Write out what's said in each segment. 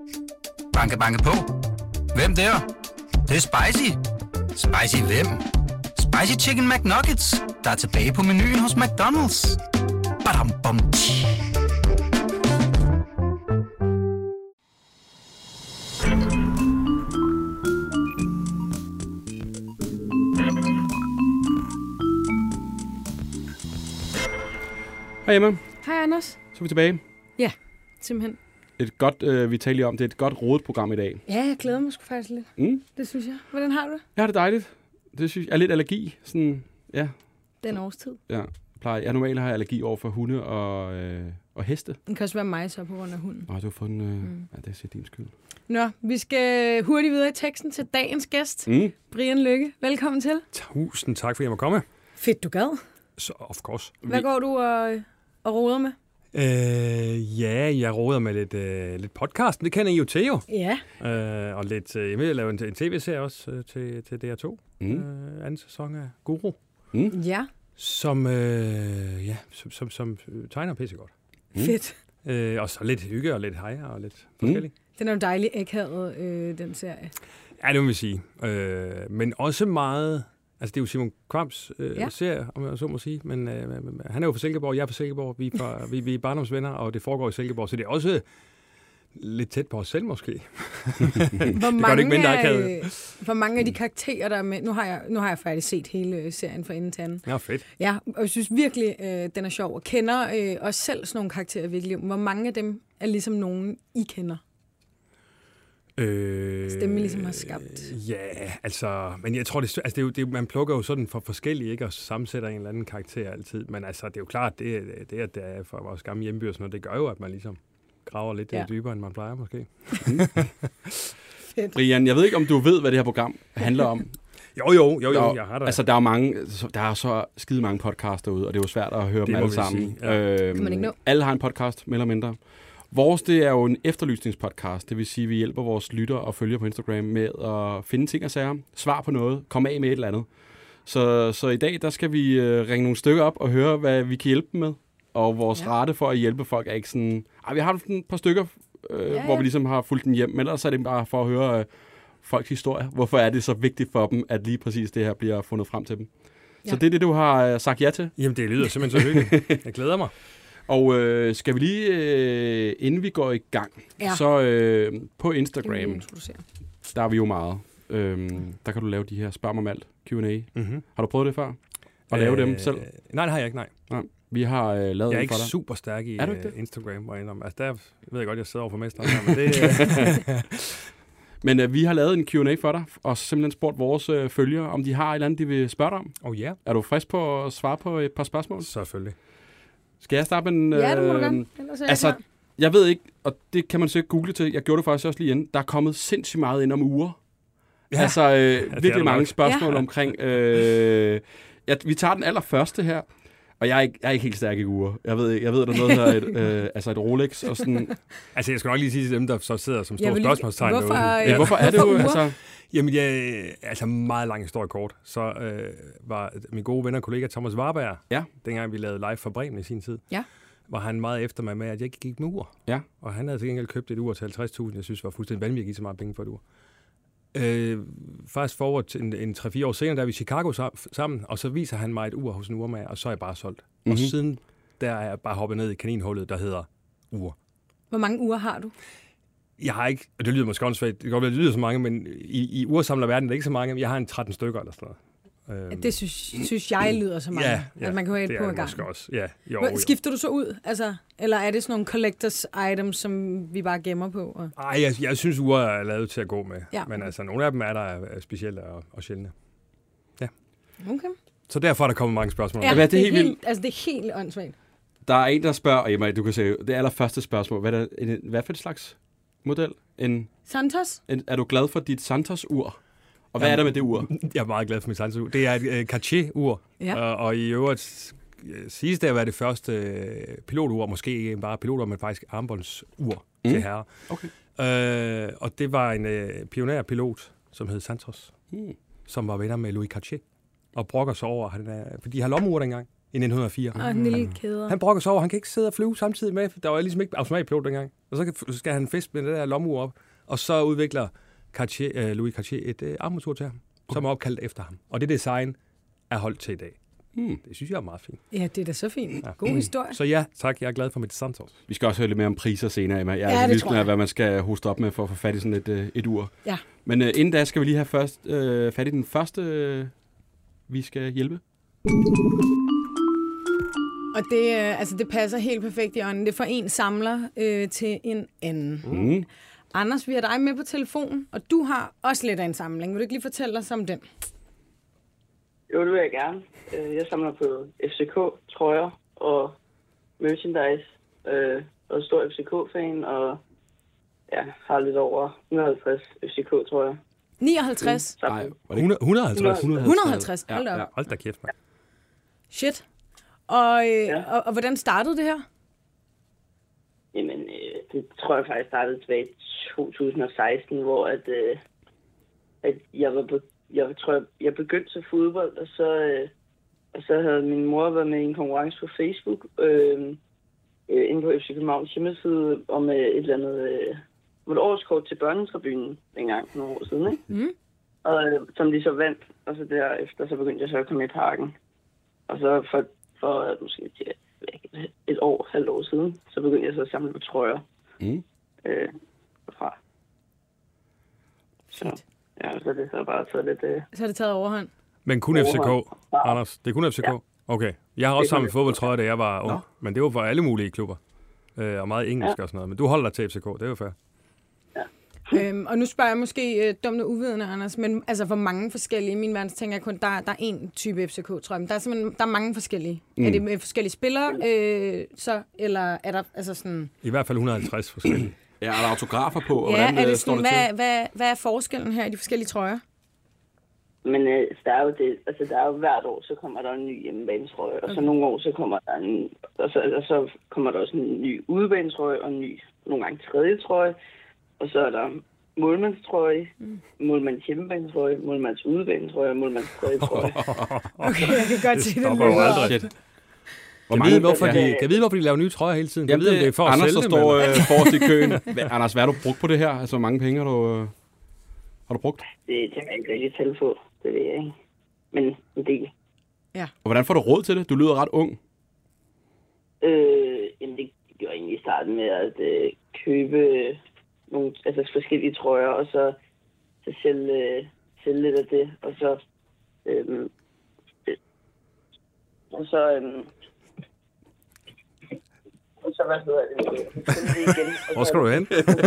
Banke, banke på. Hvem der? Det er spicy. Spicy hvem? Spicy Chicken McNuggets, der er tilbage på menuen hos McDonald's. Badum, bom, Hej Emma. Hej Anders. Så er vi tilbage. Ja, simpelthen. Et godt, vi taler lige om, det er et godt rodet program i dag. Ja, jeg glæder mig sgu faktisk lidt. Det synes jeg. Hvordan har du det? Jeg har det dejligt. Det synes jeg er lidt allergi. Sådan, ja. Den årstid. Ja, jeg normalt har allergi over for hunde og heste. Det kan også være mig så på grund af hunden. Du har fået en... Ja, det er din skyld. Nå, vi skal hurtigt videre i teksten til dagens gæst. Brian Lykke. Velkommen til. Tusind tak, fordi jeg må komme. Fedt, du gad. Så, of course. Hvad går du og roder med? Jeg råder med lidt podcast. Det kender I jo til jo. Ja. Og lidt, jeg vil lave en tv-serie også til DR2. Anden sæson af Guru. Ja. Som tegner pissegodt. Fedt. Og så lidt hygge og lidt hejer og lidt forskelligt. Den er jo dejlig akavet, den serie. Ja, det må vi sige. Men også meget... Altså, det er jo Simon Kvams serie, om jeg så må sige. Men han er jo fra Silkeborg, jeg er fra Silkeborg. Vi er barndomsvenner, og det foregår i Silkeborg. Så det er også lidt tæt på os selv, måske. Hvor mange af de karakterer, der er med... Nu har jeg faktisk set hele serien fra ende til anden. Ja, fedt. Ja, og jeg synes virkelig, den er sjov. Og kender også selv sådan nogle karakterer virkelig. Hvor mange af dem er ligesom nogen, I kender? Stemme ligesom har skabt. Ja, altså, men jeg tror, det er jo, man plukker jo sådan for forskellige, ikke, og sammensætter en eller anden karakter altid. Men altså, det er jo klart, det at det er for vores gamle hjemby og sådan noget, det gør jo, at man ligesom graver lidt dybere, end man plejer måske. Fedt. Brian, jeg ved ikke, om du ved, hvad det her program handler om. Jo, jeg har det. Altså, der er så skide mange podcasts derude, og det er jo svært at høre dem alle sammen. Ja. Kan man ikke nå? Alle har en podcast, mere eller mindre. Vores, det er jo en efterlysningspodcast. Det vil sige, at vi hjælper vores lyttere og følgere på Instagram med at finde ting og sager, svar på noget, komme af med et eller andet. Så i dag, der skal vi ringe nogle stykker op og høre, hvad vi kan hjælpe dem med. Og vores rate for at hjælpe folk er ikke sådan... vi har et par stykker, hvor vi ligesom har fulgt dem hjem, men ellers er det bare for at høre folks historie. Hvorfor er det så vigtigt for dem, at lige præcis det her bliver fundet frem til dem? Ja. Så det er det, du har sagt ja til? Jamen, det lyder simpelthen så hyggeligt. Jeg glæder mig. Og skal vi lige, inden vi går i gang, så på Instagram, der er vi jo meget. Der kan du lave de her spørg mig om alt, Q&A. Har du prøvet det før? At lave dem selv? Nej, det har jeg ikke, nej. Vi har lavet jeg er for ikke dig. Super stærk i Instagram. Altså, der ved jeg godt, jeg sidder over for mesteren her, men det... Men vi har lavet en Q&A for dig, og simpelthen spurgt vores følgere, om de har et eller andet, de vil spørge dig om. Ja. Er du frisk på at svare på et par spørgsmål? Selvfølgelig. Skal jeg starte med en... Ja, det må du gerne. Altså, jeg ved ikke, og det kan man sikkert google til. Jeg gjorde det faktisk også lige inden. Der er kommet sindssygt meget ind om uger. Ja. Altså, virkelig mange spørgsmål omkring... vi tager den allerførste her. Og jeg er ikke helt stærk i uger. Jeg ved, der er noget her, et Rolex og sådan... Altså, jeg skal nok lige sige til dem, der så sidder som store spørgsmålstegn derude. Hvorfor er det jo... Altså... Jamen, altså meget lang historie kort. Så var min gode ven og kollega Thomas Warberg, dengang vi lavede live for Bremen i sin tid, var han meget efter mig med, at jeg ikke gik med ur. Ja. Og han havde til gengæld købt et ur til 50.000, jeg synes var fuldstændig vanvittigt at give så meget penge for et ur. Fast forward til en 3-4 år senere, der er vi i Chicago sammen, og så viser han mig et ur hos en urmager, og så er jeg bare solgt. Og siden der er jeg bare hoppet ned i kaninhullet, der hedder ur. Hvor mange uger har du? Jeg har ikke, og det lyder måske åndssvagt, det kan godt være, det lyder så mange, men i ursamlerverdenen er det ikke så mange, jeg har en 13 stykker eller sådan noget. Det synes jeg lyder så mange, at man kan have et på en gang. Ja, skifter du så ud, altså, eller er det sådan nogle collectors items, som vi bare gemmer på? Nej, jeg synes ure er lavet til at gå med, men altså nogle af dem er der specielle og sjældne. Ja. Okay. Så derfor er der kommet mange spørgsmål. Ja, det er helt, altså det er helt åndssvagt. Der er en, der spørger, Emma, du kan se, det allerførste spørgsmål, hvad for et slags model? Santos? Er du glad for dit Santos-ur? Og hvad er der med det ur? Jeg er meget glad for mit Santos-ur. Det er et Cartier-ur, og i øvrigt siges det at være det første pilotur, måske ikke bare pilotur, men faktisk armbåndsur til herrer. Okay. Og det var en pionerpilot, som hed Santos, som var venner med Louis Cartier, og brokker sig over, fordi de har lommeur dengang. i 1904. Og en lille kæder. Han brokker sig over, han kan ikke sidde og flyve samtidig med, der var ligesom ikke automatpilot dengang. Og så skal han fiske med det der lommeur op, og så udvikler Louis Cartier et armmotor til ham, som er opkaldt efter ham. Og det design er holdt til i dag. Det synes jeg er meget fint. Ja, det er da så fint. God historie. Så ja, tak. Jeg er glad for mit Santos. Vi skal også høre lidt mere om priser senere, Emma. Jeg er vildt af, hvad man skal hoste op med for at få fat i sådan et ur. Ja. Men inden da skal vi lige have fat i den første, vi skal hjælpe. Og det passer helt perfekt i ånden. Det får en samler til en anden. Anders, vi har dig med på telefonen, og du har også lidt af en samling. Vil du ikke lige fortælle os om den? Jo, det vil jeg gerne. Jeg samler på FCK-trøjer og merchandise. Og er stor FCK-fan, og har lidt over 150 FCK-trøjer. 59? Nej, 150. 150, hold da op. Ja, hold da kæft, man. Shit. Og hvordan startede det her? Jamen, det tror jeg faktisk startede tilbage i 2016, hvor at jeg begyndte til fodbold, og så havde min mor været med i en konkurrence på Facebook, inde på FC Københavns hjemmeside, om et eller andet et årskort til børnetribunen dengang for nogle år siden, ikke? Og som de så vandt, og så derefter så begyndte jeg så at komme i parken. Og så for måske halvt år siden, så begyndte jeg så at samle på trøjer. Fra. Så, så det så bare taget lidt... Så har det taget overhånd. Men kun FCK, Anders. Det er kun FCK? Ja. Okay. Jeg har også samlet fodboldtrøjer, da jeg var ung. Men det var for alle mulige klubber. Og meget engelsk og sådan noget. Men du holder dig til FCK, det er jo fair. Og nu spørger jeg måske dumt og uvidende, Anders, men altså for mange forskellige, i min verden tænker jeg kun, der er én type FCK, tror jeg, men der er simpelthen mange forskellige. Er det med forskellige spillere, eller er der altså sådan... I hvert fald 150 forskellige. Ja, er der autografer på, og hvordan er det sådan, hvad er forskellen her i de forskellige trøjer? Men der er jo det, altså der er jo hvert år, så kommer der en ny hjemmebanetrøje, og så nogle år, så kommer der så kommer der også en ny udebanetrøje, og en ny, nogle gange tredje trøje. Og så er der målmandstrøje, målmands hjemmebanetrøje, målmands udebanetrøje og målmands tredje trøje. Okay, jeg kan godt se det. Stopper jo aldrig. Kan jeg vide, hvorfor de laver nye trøjer hele tiden? Jeg ved, om det er for at Anders, sælge der står forrest i køen. Anders, hvad har du brugt på det her? Altså, hvor mange penge har du brugt? Det kan jeg ikke rigtig tælle på. Det ved jeg ikke. Men en del. Ja. Og hvordan får du råd til det? Du lyder ret ung. Jamen, det gjorde jeg egentlig i starten med at købe... nogle forskellige trøjer, og så sælge lidt af det, og så hvad hedder det igen. Hvor skal du hen?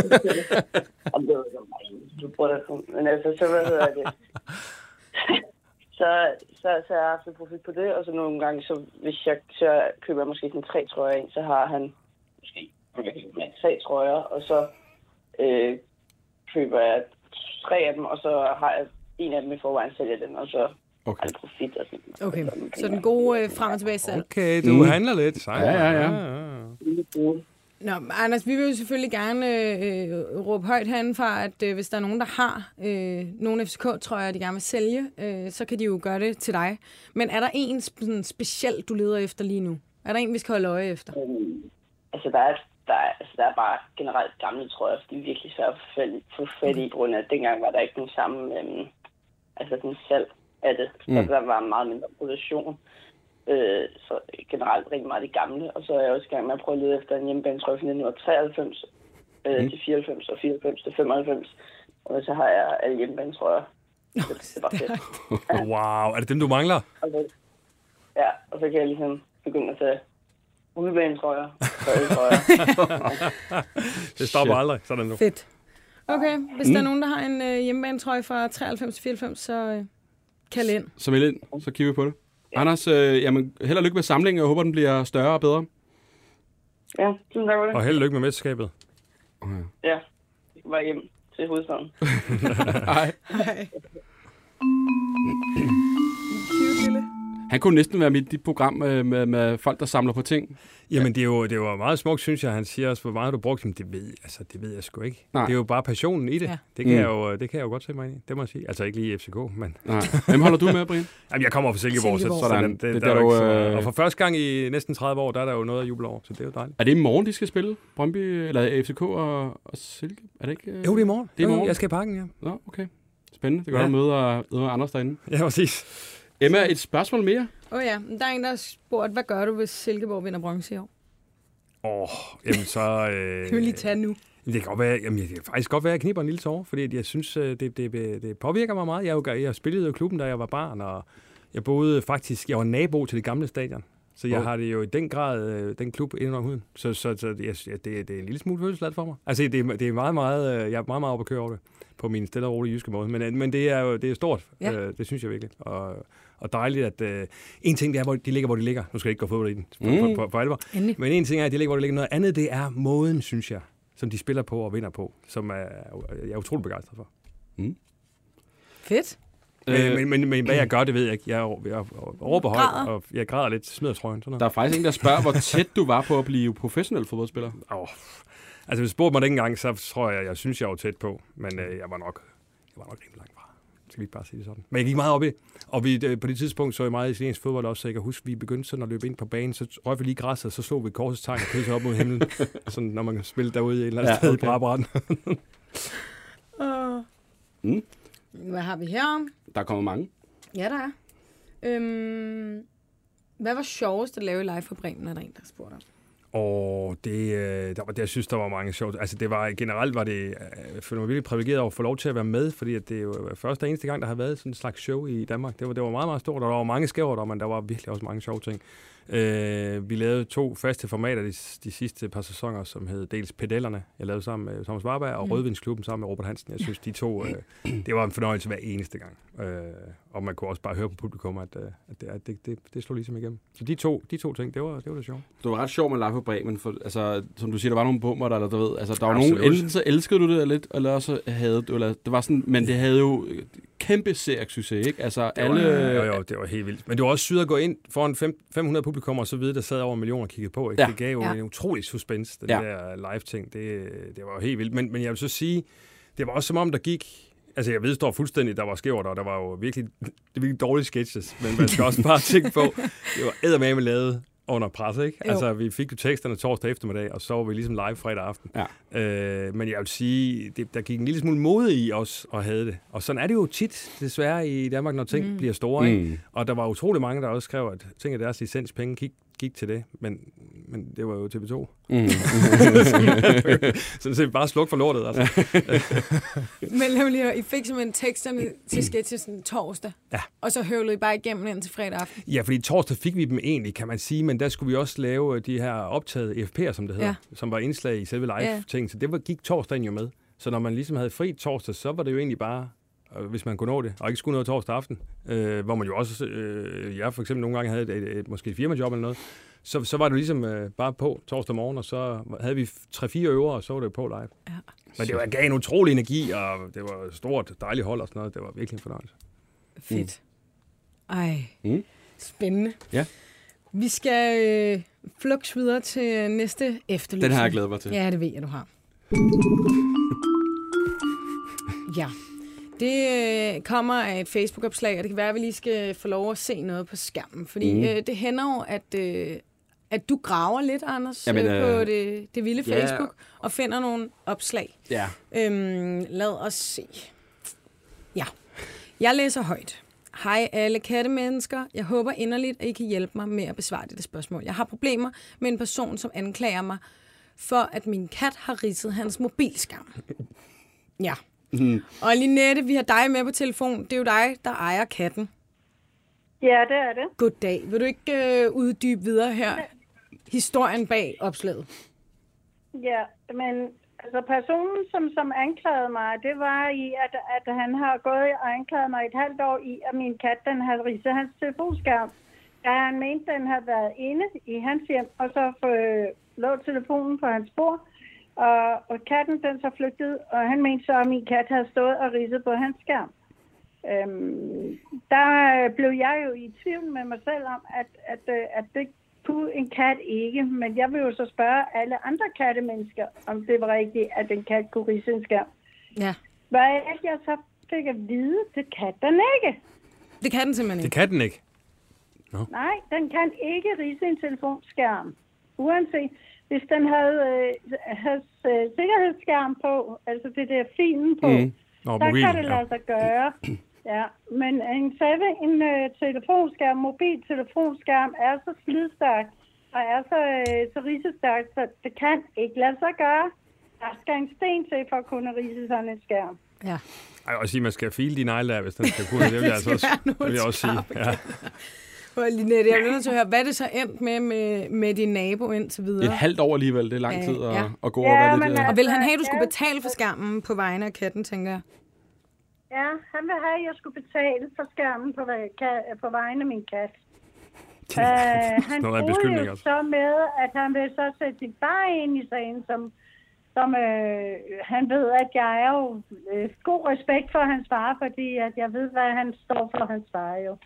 Du bruger det på, men altså, så hvad hedder det? Så har jeg haft lidt profit på det, og så nogle gange, så køber jeg måske sådan 3 trøjer ind, så har han måske 3 trøjer, og så køber jeg 3 af dem, og så har jeg en af dem i forvejen, sælger den, og så har jeg profit. Og sådan. Okay, så den gode frem og tilbage salg. Okay, du handler lidt. Ja. Nå, Anders, vi vil jo selvfølgelig gerne råbe højt herindefra, at hvis der er nogen, der har nogle FCK-trøjer, de gerne vil sælge, så kan de jo gøre det til dig. Men er der en speciel, du leder efter lige nu? Er der en, vi skal holde øje efter? Altså, der er bare generelt gamle trøjer, for de er virkelig svært at få fat i, grund af at dengang var der ikke den samme den salg af det. Så der var meget mindre produktion. Så generelt rigtig meget de gamle. Og så er jeg også i gang med at prøve at lede efter en hjemmebanetrøje fra 1993 til 94 og 94 til 95. Og så har jeg alle hjemmebanetrøjer. Det er bare fedt. Wow, er det dem, du mangler? Ja, og så kan jeg ligesom begynde at tage udebanetrøjer. Det stopper aldrig. Sådan nu. Fedt. Okay, hvis der er nogen, der har en hjemmebanetrøje fra 93 til 94, så kald ind. Så meld ind, så kigger vi på det. Ja. Anders, held og lykke med samlingen, og jeg håber, den bliver større og bedre. Ja, tusind tak for det. Og held og lykke med mesterskabet. Okay. Ja, vi skal bare hjem til hovedstaden. Hej. Hej. Cute lille. Han kunne næsten være mit dit program med folk, der samler på ting. Jamen, det er jo meget smukt, synes jeg. Han siger også, hvor meget du brugte. Det ved jeg sgu ikke. Nej. Det er jo bare passionen i det. Ja. Det kan jeg jo godt se mig ind i. Det må jeg sige. Altså ikke lige FCK, men... Nej. Hvem holder du med, Brian? Jamen, jeg kommer fra Silkeborg. Sådan. Og for første gang i næsten 30 år, der er der jo noget at juble over. Så det er jo dejligt. Er det i morgen, de skal spille? Brøndby, eller FCK og Silke? Er det ikke? Jo, det er i morgen. Det er i morgen. Jeg skal i parken, ja. Nå, okay. Spændende. Det gør at møde Anders derinde. Ja, præcis. Emma, et spørgsmål mere? Ja. Der er en, der har spurgt, hvad gør du, hvis Silkeborg vinder bronze i år? Jamen så... Det vil lige tage nu. Det kan godt være, jeg kan faktisk godt være, at jeg kniber en lille tårer, fordi jeg synes, det påvirker mig meget. Jeg spillede i klubben, da jeg var barn, og jeg var nabo til det gamle stadion. Så jeg har det jo i den grad, den klub ind under huden. Så det er en lille smule følelsesladet for mig. Altså, det er meget, meget, jeg er meget, meget oppe at køre over det på min stille og rolige jyske måde. Men det er stort. Ja. Det synes jeg virkelig. Og dejligt, at en ting det er, hvor de ligger. Nu skal jeg ikke gå fodbold i den for alvor. Endelig. Men en ting er, at de ligger, hvor de ligger. Noget andet, det er måden, synes jeg, som de spiller på og vinder på, som jeg er utrolig begejstret for. Fedt. Men hvad jeg gør, det ved jeg ikke. Jeg råber højt, og jeg græder lidt, smider trøjen. Sådan noget. Der er faktisk en, der spørger, hvor tæt du var på at blive professionel fodboldspiller. Altså, hvis du spurgte mig den gang, så tror jeg synes, jeg var tæt på. Men jeg var nok rimelig langt fra. Skal vi ikke bare sige det sådan. Men jeg gik meget op i det. Og på det tidspunkt så jeg meget italiensk fodbold også, så jeg kan huske, vi begyndte sådan at løbe ind på banen, så røg vi lige græsset, så slog vi korsets tegn og kyssede op mod himlen. Sådan, når man spiller derude i et eller andet sted i Brabrand. Hvad har vi her? Der er kommet mange. Ja, der er. Hvad var sjovest at lave live for Bremen, er der en, der spurgte om? Jeg synes, der var mange sjovt. Altså, generelt var det, jeg føler mig virkelig privilegeret over at få lov til at være med, fordi at det er jo første og eneste gang, der har været sådan en slags show i Danmark. Det var meget, meget stort, og der var mange skæver, men der var virkelig også mange sjove ting. Vi lavede 2 faste formater de sidste par sæsoner, som hed dels Pedellerne, jeg lavede sammen med Thomas Warberg, og Rødvinsklubben sammen med Robert Hansen. Jeg synes, de 2, det var en fornøjelse hver eneste gang. Og man kunne også bare høre på publikum, at det slog ligesom igennem. Så de to ting, det var det sjovt. Det var ret sjovt med live på Bremen, for altså, som du siger, der var nogle bummer, eller du ved, altså, der var nogen, enten så elskede du det lidt, eller også havde du, eller det var sådan, men det havde jo kæmpe succes, ikke? Altså, det var helt vildt. Men det var også sygt at gå ind foran 500 publikummer og så videre, der sad over 1 million og kiggede på, ikke? Ja. Det gav jo en utrolig suspense, den der live-ting. Det var jo helt vildt. Men jeg vil så sige, det var også som om, der gik... Altså, jeg vedstår fuldstændig, der var skævt, og der var jo virkelig dårlige sketches, men man skal også bare tænke på, det var eddermame lavet under pres, ikke? Jo. Altså, vi fik jo teksterne torsdag eftermiddag, og så var vi ligesom live fredag aften. Ja. Men jeg vil sige, der gik en lille smule mode i os at have det. Og sådan er det jo tit, desværre, i Danmark, når ting bliver store, ikke? Og der var utrolig mange, der også skrev, at ting af deres licenspenge gik til det, men det var jo TV2. Så det er bare sluk for lortet, altså. Men I fik simpelthen teksterne til sketchen torsdag, og så høvlede I bare igennem ind til fredag aften? Ja, fordi torsdag fik vi dem egentlig, kan man sige, men der skulle vi også lave de her optagede FP'er, som det hedder, som var indslag i selve live-ting, så det gik torsdagen jo med. Så når man ligesom havde fri torsdag, så var det jo egentlig bare, hvis man kunne nå det, og ikke skulle noget torsdag aften, hvor man jo også, jeg for eksempel nogle gange havde måske et firmajob eller noget, så var det ligesom bare på torsdag morgen, og så havde vi 3-4 øver, og så var det på live. Ja. Men det gav en utrolig energi, og det var stort, dejligt hold og sådan noget. Det var virkelig en fornøjelse. Fedt. Spændende. Ja. Vi skal flux videre til næste efterlysning. Den har jeg glædet mig til. Ja, det ved jeg, du har. Ja. Det kommer af et Facebook-opslag, og det kan være, at vi lige skal få lov at se noget på skærmen. Fordi det hænder jo, at du graver lidt, Anders, på det vilde Facebook, og finder nogle opslag. Ja. Lad os se. Ja. Jeg læser højt. Hej alle kattemennesker. Jeg håber inderligt, at I kan hjælpe mig med at besvare dette spørgsmål. Jeg har problemer med en person, som anklager mig for, at min kat har ridset hans mobilskærm. Ja. Og Linette, vi har dig med på telefon. Det er jo dig, der ejer katten. Ja, det er det. Goddag. Vil du ikke uddybe videre her historien bag opslaget? Ja, men altså personen, som anklagede mig, det var i, at han har gået og anklaget mig et halvt år i, at min kat, den havde ridset hans telefonskærm. Da han mente, den havde været inde i hans hjem, og så lå telefonen på hans bord. Og katten, den så flygtede, og han mente så, at min kat havde stået og ridset på hans skærm. Der blev jeg jo i tvivl med mig selv om, at det kunne en kat ikke. Men jeg vil jo så spørge alle andre kattemennesker, om det var rigtigt, at en kat kunne ridse en skærm. Ja. Hvad jeg så fik at vide, det kan den ikke. Det kan den simpelthen ikke. Det kan den ikke. No. Nej, den kan ikke ridse en telefonskærm. Uanset, hvis den havde sikkerhedsskærm på, altså det der filen på, så kan det lade sig gøre. Ja, men en telefonskærm, mobiltelefonskærm er så slidstærk og er så ridsestærk, så det kan ikke lade sig gøre. Der skal en sten til for at kunne ridse sådan en skærm. Ja. Ej, og sige, man skal file de negle af, hvis den skal kunne. Det vil jeg altså også sige. Ja. Linette, jeg vil nødt til at høre, hvad det så endt med din nabo indtil videre? Et halvt år alligevel, det er lang tid at gå ja, over det. Og vil han have, at du skulle betale for skærmen på vegne af katten, tænker jeg? Ja, han vil have, at jeg skulle betale for skærmen på vegne af min kat. Han troede jo så med, at han vil så sætte sit far ind i sagen, som han ved, at jeg er jo god respekt for hans far, fordi at jeg ved, hvad han står for, hans far jo.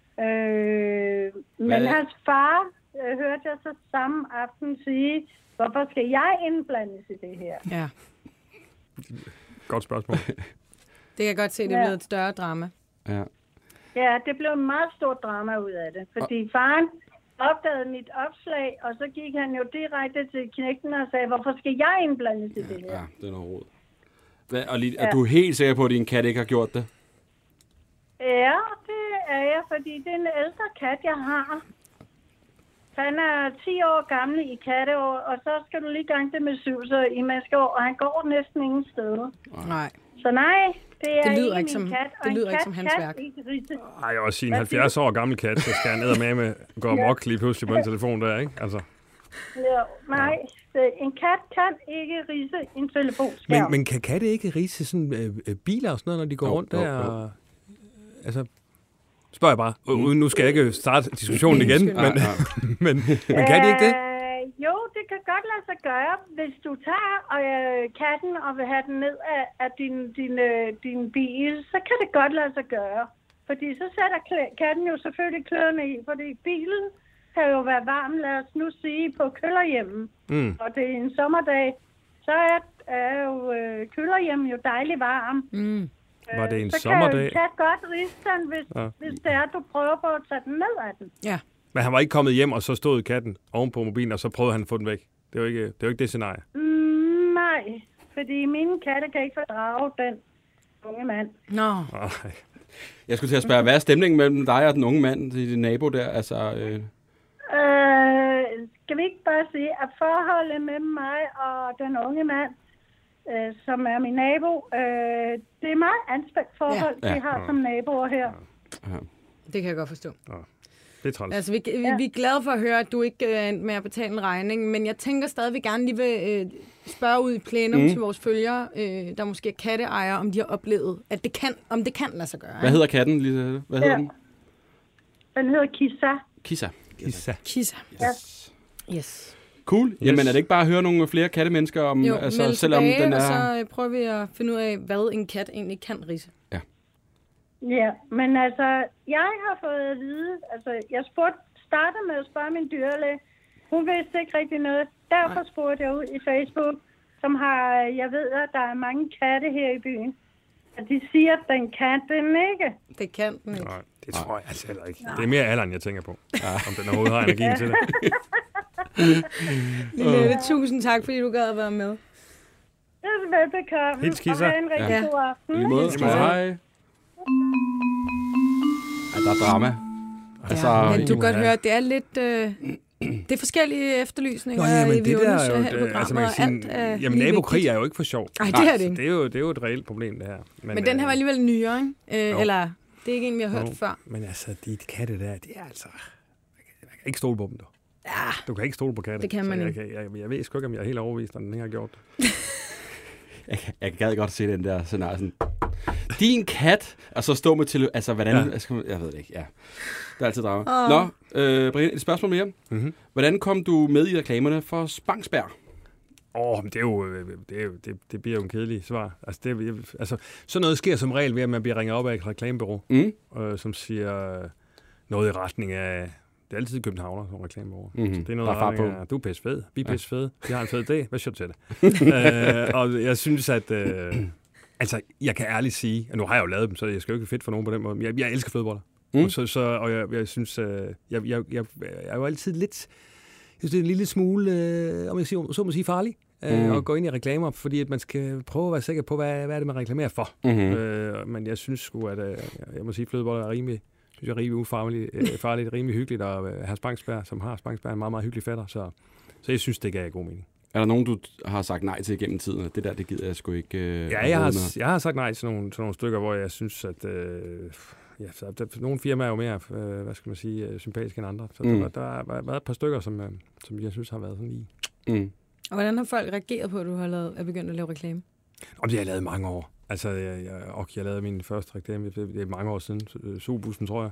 Men hans far hørte jeg så samme aften sige, hvorfor skal jeg indblandes i det her? Ja. Godt spørgsmål. Det kan jeg godt se, det bliver et større drama. Ja, det blev et meget stort drama ud af det, fordi faren opdagede mit opslag, og så gik han jo direkte til knægten og sagde, hvorfor skal jeg indblandes i det her? Ja, det er noget råd. Er du helt sikker på, at din kat ikke har gjort det? Ja, det er jeg, fordi det er en ældre kat, jeg har. Han er 10 år gammel i katteår, og så skal du lige gange det med 7, så i menneskeår, og han går næsten ingen steder. Nej. Så nej, det lyder ikke som, kat, det lyder ikke som hans værk. Ej, jeg vil også sige, en 70 år gammel kat, så skal han eddermame gå amok lige pludselig på en telefon der, ikke? Altså. Ja, nej, en kat kan ikke ridse en telefonskærm. Men kan katte ikke ridse sådan biler og sådan noget, når de går rundt der? Altså, spørger jeg bare. Nu skal jeg ikke starte diskussionen igen, men kan de ikke det? Jo, det kan godt lade sig gøre, hvis du tager katten og vil have den ned af din bil, så kan det godt lade sig gøre. Fordi så sætter katten jo selvfølgelig kløerne i, fordi bilen kan jo være varm, lad os nu sige, på kølerhjemmen. Og det er en sommerdag, så er jo kølerhjemmen jo dejligt varm. Var det en så sommerdag? Så kan godt riste den, hvis det er, du prøver på at tage den ned af den. Ja. Men han var ikke kommet hjem, og så stod katten oven på mobilen, og så prøvede han at få den væk. Det er jo ikke det scenarie. Nej, fordi mine katte kan ikke fordrage den unge mand. Nå. Jeg skulle til at spørge, hvad er stemningen mellem dig og den unge mand, din nabo der? Altså, skal vi ikke bare sige, at forholdet mellem mig og den unge mand, som er min nabo, det er meget anspændt forhold, vi har som naboer her. Ja. Det kan jeg godt forstå. Ja. Det er træls. Altså, vi er glade for at høre, at du ikke er endt med at betale en regning, men jeg tænker stadig, vi gerne lige vil spørge ud i plenum til vores følgere, der måske er katteejere, om de har oplevet, at det kan lade sig gøre. Hvad hedder katten, Lise? Hvad hedder den? Den hedder Kissa. Kissa. Yes. Cool. Jamen, er det ikke bare at høre nogle flere kattemennesker om, jo, altså, selvom tilbage, den er... og så prøver vi at finde ud af, hvad en kat egentlig kan ridse. Ja. Ja, men altså, jeg har fået at vide, altså, jeg startede med at spørge min dyrlæge. Hun vidste ikke rigtig noget. Derfor spurgte jeg ud i Facebook, jeg ved, at der er mange katte her i byen. Og de siger, at den kan den ikke. Det kan den ikke. Nej, det tror jeg altså heller ikke. Det er mere alderen, jeg tænker på, om den overhovedet har energien til det. Linette, tusind tak, fordi du gad at være med. Det er velbekomme. Hils Kissa. Og have en rigtig god aften. I måde. Hej. Ja, der er drama. Altså, men du kan godt høre, at det er lidt... det er forskellige efterlysninger. Nå, jamen, det der er jo... Altså, man kan sige, jamen, nabokrig er jo ikke for sjov. Nej, det er det ikke. Det er jo et reelt problem, det her. Men den her var alligevel nyere, ikke? Eller, det er ikke en, vi har hørt før. Men altså, de katte der, det er altså... Man kan ikke stole på dem, du. Ja. Du kan ikke stole på katte. Det kan man ikke. Jeg ved sgu ikke, om jeg er helt overbevist, om den ikke har gjort det. Jeg gad godt se den der scenarie sådan... Din kat, og så stå med til... Altså, hvordan... Ja. Jeg ved det ikke, ja. Det er altid drama. Nå, Brian, et spørgsmål mere. Mm-hmm. Hvordan kom du med i reklamerne for Spangsberg? Det bliver jo en kedelig svar. Altså, sådan noget sker som regel ved, at man bliver ringet op af et reklamebureau, som siger noget i retning af... Det er altid københavner som reklamebureau. Mm-hmm. Så det er noget i retning af, du er pisse fed, vi er pisse fede, vi har en fed dag, hvad siger du til det? Og jeg synes, at... altså, jeg kan ærligt sige, og nu har jeg jo lavet dem, så jeg skal jo ikke fedt for nogen på den måde, men jeg elsker fodbold. Og jeg synes, jeg er jo altid lidt... Jeg synes, det er en lille smule, om jeg siger, så må sige, farlig at gå ind i reklamer, fordi at man skal prøve at være sikker på, hvad er det, man reklamerer for. Men jeg synes sgu, at jeg må sige, flødeboller er rimelig farligt, rimelig hyggeligt, og hr. Spangsberg, som har Spangsberg, en meget, meget hyggelig fætter, så jeg synes, det gav god mening. Er der nogen, du har sagt nej til igennem tiden? Det der, det gider jeg sgu ikke... Jeg har sagt nej til nogle stykker, hvor jeg synes, at... nogle firmaer er jo mere, sympatiske end andre. Så der har været et par stykker, som jeg synes har været sådan lige. Og hvordan har folk reageret på, at du er begyndt at lave reklame? Det har jeg lavet mange år. Altså, jeg lavede min første reklame, det er mange år siden, Sugebussen, tror jeg.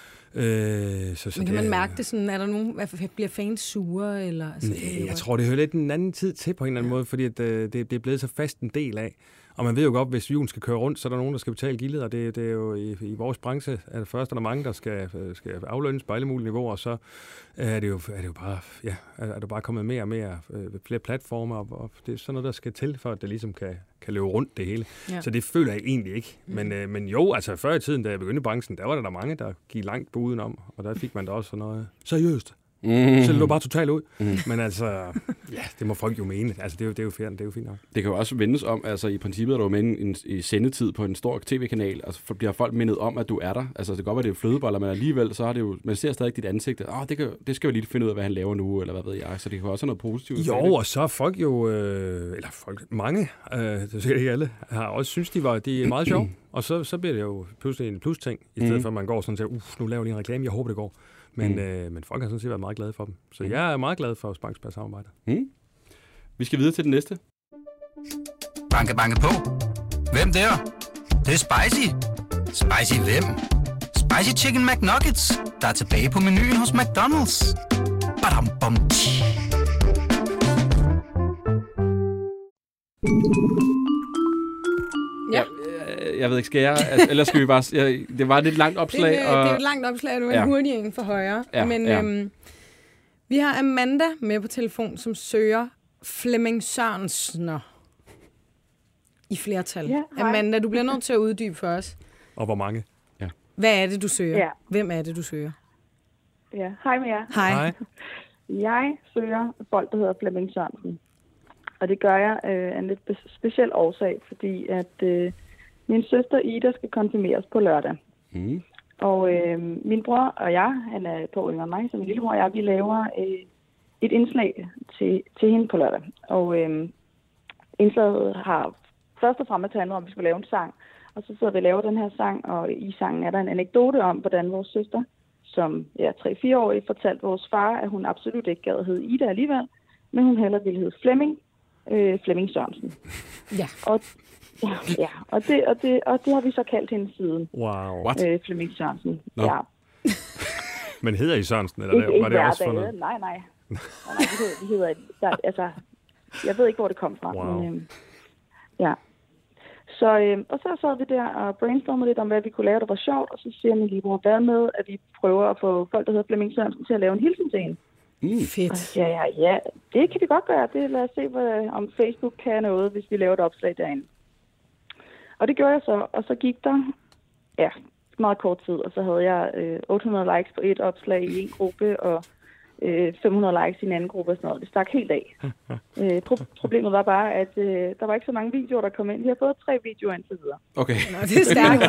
Men kan man mærke det sådan, er der nogen, bliver fans sure? Eller, altså, nej, jeg tror, det hører lidt en anden tid til på en eller anden måde, fordi at, det er blevet så fast en del af. Og man ved jo godt, hvis hjulene skal køre rundt, så er der nogen, der skal betale gildet, og det er jo i vores branche, er det først, der er mange, der skal aflønnes på alle mulige niveauer, og så er det jo bare kommet mere og mere flere platformer, og det er sådan noget, der skal til, for at det ligesom kan løbe rundt det hele. Ja. Så det føler jeg egentlig ikke. Men jo, altså før i tiden, da jeg begyndte i branchen, der var der mange, der gik langt på udenom, og der fik man da også sådan noget seriøst. Så det lå bare totalt ud. Men altså, ja, det må folk jo mene. Altså, det er jo fint nok. Det kan jo også vendes om, altså i princippet er du med i sendetid på en stor tv-kanal, og så bliver folk mindet om, at du er der. Altså, det kan godt være, det er flødeboller, men alligevel, så har det jo, man ser stadig dit ansigt. Det skal vi lige finde ud af, hvad han laver nu, eller hvad ved jeg. Så det kan også være noget positivt. Jo, og så er folk jo, mange, det siger ikke alle, har også synes, de er meget sjove. Og så bliver det jo pludselig en plus-ting, i stedet for, at man går sådan til, nu laver de en reklame, jeg håber, det går. Men folk har sådan set været meget glade for dem. Så jeg er meget glad for Spangsbergs samarbejde. Vi skal videre til den næste. Banke, banke på. Hvem der? Det er spicy. Spicy hvem? Spicy Chicken McNuggets, der er tilbage på menuen hos McDonald's. Badum, bom, Ja. Jeg ved ikke, skal jeg? Eller skal vi bare... det var et lidt langt opslag. Det er et langt opslag, du er en hurtig en for højre. Ja, men vi har Amanda med på telefon, som søger Flemming Sørensen i flertal. Ja, Amanda, du bliver nødt til at uddybe for os. Og hvor mange? Ja. Hvad er det, du søger? Ja. Hvem er det, du søger? Ja, hej med jer. Hej. Jeg søger folk, der hedder Flemming Sørensen. Og det gør jeg af en lidt speciel årsag, fordi at min søster Ida skal konfirmeres på lørdag. Og min bror og jeg, han er 2 år yngre end mig, så min lillebror og jeg, vi laver et indslag til hende på lørdag. Og indslaget har først og fremmest handlet om, at vi skulle lave en sang. Og så sidder vi og laver den her sang, og i sangen er der en anekdote om, hvordan vores søster, som 3-4-årig, fortalte vores far, at hun absolut ikke gad hedde Ida alligevel, men hun hellere ville hedde Flemming Sørensen. Ja. Og det har vi så kaldt hende siden. Wow. Flemming Sørensen. No. Ja. Men hedder I Sørensen, eller var det også for noget? Nej. Vi hedder altså, jeg ved ikke, hvor det kom fra. Wow. Men, ja. Så, og så sad vi der og brainstormede lidt om, hvad vi kunne lave, der var sjovt, og så siger min lillebror, hvad med, at vi prøver at få folk, der hedder Flemming Sørensen, til at lave en hilsen til hende. Fedt. Ja, det kan vi godt gøre. Lad os se, om Facebook kan noget, hvis vi laver et opslag derinde. Og det gjorde jeg så, og så gik der meget kort tid, og så havde jeg 800 likes på et opslag i en gruppe, og 500 likes i en anden gruppe og sådan noget. Det stak helt af. Problemet var bare, at der var ikke så mange videoer, der kom ind. Vi har fået 3 videoer indtil videre. Okay. Nå, det er stærkt.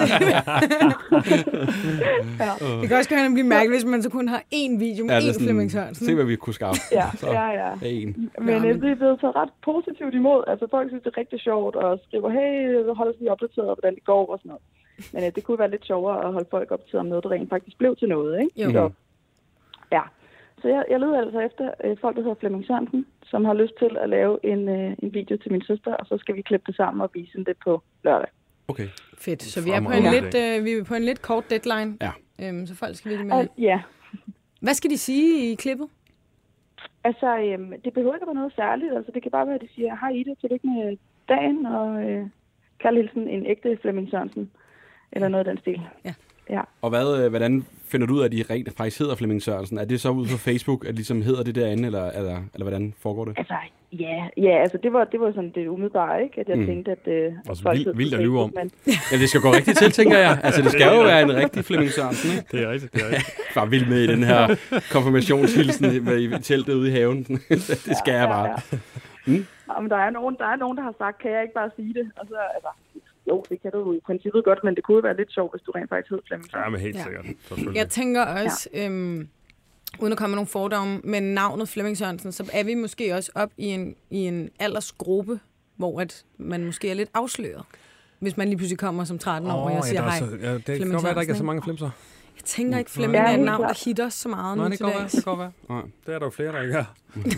Det kan også gerne blive mærkeligt, hvis man så kun har én video med én Flemming Sørensen. Se, hvad vi kunne skaffe. Ja. Men det er blevet så ret positivt imod. Altså, folk synes, det er rigtig sjovt, og skriver, hey, hold os lige opdateret, hvordan det går og sådan noget. Men det kunne være lidt sjovere at holde folk opdateret om noget, der rent faktisk blev til noget, ikke? Jo. Så, ja. Så jeg leder altså efter folk, der hedder Flemming Sørensen, som har lyst til at lave en video til min søster, og så skal vi klippe det sammen og vise det på lørdag. Okay. Fedt. Så vi er på en lidt kort deadline. Ja. Så folk skal virkelig med. Ja. Hvad skal de sige i klippet? Altså, det behøver ikke at være noget særligt. Altså, det kan bare være, at de siger, hej Ida, tillykke med dagen, og kald hilsen en ægte Flemming Sørensen. Eller noget af den stil. Ja. Og hvordan finder du ud af, at de rent faktisk hedder Flemming Sørensen? Er det så ud på Facebook, at de ligesom hedder det derinde, eller hvordan foregår det? Altså, altså det var sådan det umiddelbare, ikke? At jeg tænkte, at folk vildt at lyve om. Ja, det skal gå rigtigt til, tænker jeg. Altså, det skal jo være en rigtig Flemming Sørensen, ikke? Det er rigtigt. Bare vild med i den her konfirmationshilsen i teltet ude i haven. Det skal jeg bare. Ja, men der er nogen, der har sagt, kan jeg ikke bare sige det? Og så, altså, jo, det kan du i princippet godt, men det kunne være lidt sjovt, hvis du rent faktisk hed Flemming Sørensen. Ja, men helt sikkert. Jeg tænker også, uden at komme med nogle fordomme, med navnet Flemming Sørensen, så er vi måske også op i en aldersgruppe, hvor at man måske er lidt afsløret. Hvis man lige pludselig kommer som 13-årig og siger hej. Det kan godt være, der ikke er så mange flemser. Jeg tænker ikke, Flemming er et navn, der hitter så meget nu til dags. Det kan godt være. Nej, det er der jo flere, der ikke er.